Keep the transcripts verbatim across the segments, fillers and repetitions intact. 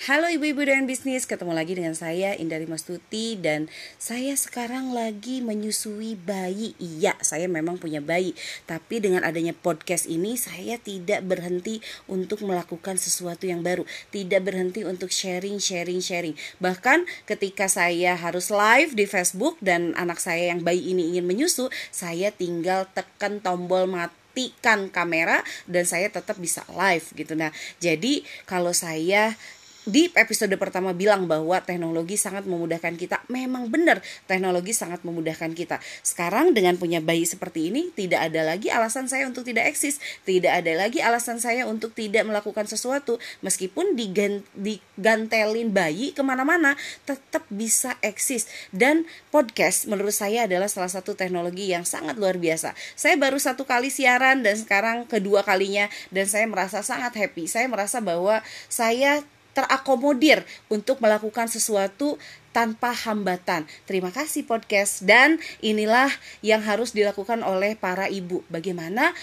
Halo ibu-ibu dan bisnis, ketemu lagi dengan saya Indari Mastuti. Dan saya sekarang lagi menyusui bayi. Iya, saya memang punya bayi. Tapi dengan adanya podcast ini, saya tidak berhenti untuk melakukan sesuatu yang baru. Tidak berhenti untuk sharing, sharing, sharing. Bahkan ketika saya harus live di Facebook dan anak saya yang bayi ini ingin menyusu, saya tinggal tekan tombol mati matikan kamera dan saya tetap bisa live gitu. Nah, jadi kalau saya di episode pertama bilang bahwa teknologi sangat memudahkan kita, memang benar teknologi sangat memudahkan kita. Sekarang dengan punya bayi seperti ini, tidak ada lagi alasan saya untuk tidak eksis, tidak ada lagi alasan saya untuk tidak melakukan sesuatu. Meskipun digantelin bayi kemana-mana, tetap bisa eksis. Dan podcast menurut saya adalah salah satu teknologi yang sangat luar biasa. Saya baru satu kali siaran dan sekarang kedua kalinya, dan saya merasa sangat happy. Saya merasa bahwa saya terakomodir untuk melakukan sesuatu tanpa hambatan. Terima kasih podcast. Dan inilah yang harus dilakukan oleh para ibu. Bagaimana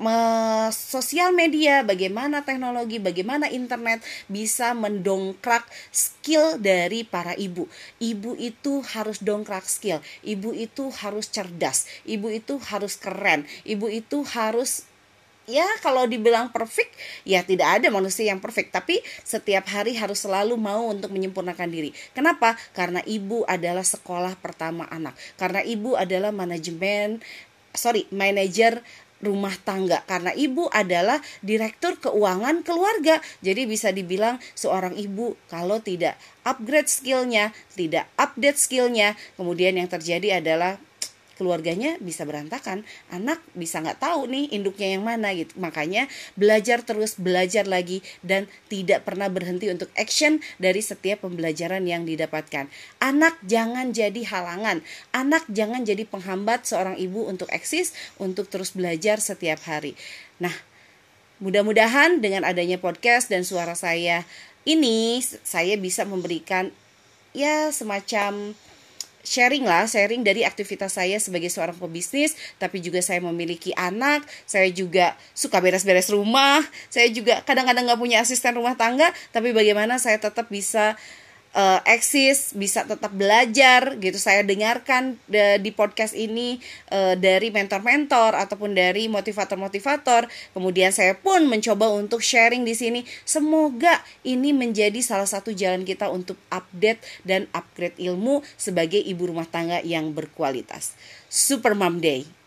me- sosial media, bagaimana teknologi, bagaimana internet bisa mendongkrak skill dari para ibu. Ibu itu harus dongkrak skill. Ibu itu harus cerdas. Ibu itu harus keren. Ibu itu harus, ya kalau dibilang perfect, ya tidak ada manusia yang perfect. Tapi setiap hari harus selalu mau untuk menyempurnakan diri. Kenapa? Karena ibu adalah sekolah pertama anak. Karena ibu adalah manajemen, sorry, manajer rumah tangga. Karena ibu adalah direktur keuangan keluarga. Jadi bisa dibilang seorang ibu kalau tidak upgrade skillnya, tidak update skillnya, kemudian yang terjadi adalah keluarganya bisa berantakan, anak bisa nggak tahu nih induknya yang mana gitu. Makanya belajar terus, belajar lagi, dan tidak pernah berhenti untuk action dari setiap pembelajaran yang didapatkan. Anak jangan jadi halangan, anak jangan jadi penghambat seorang ibu untuk eksis, untuk terus belajar setiap hari. Nah, mudah-mudahan dengan adanya podcast dan suara saya ini, saya bisa memberikan ya semacam sharing lah, sharing dari aktivitas saya sebagai seorang pebisnis. Tapi juga saya memiliki anak, saya juga suka beres-beres rumah, saya juga kadang-kadang gak punya asisten rumah tangga. Tapi bagaimana saya tetap bisa uh, eksis, bisa tetap belajar gitu. Saya dengarkan de, di podcast ini uh, dari mentor-mentor ataupun dari motivator-motivator. Kemudian saya pun mencoba untuk sharing di sini. Semoga ini menjadi salah satu jalan kita untuk update dan upgrade ilmu sebagai ibu rumah tangga yang berkualitas. Super Mom Day.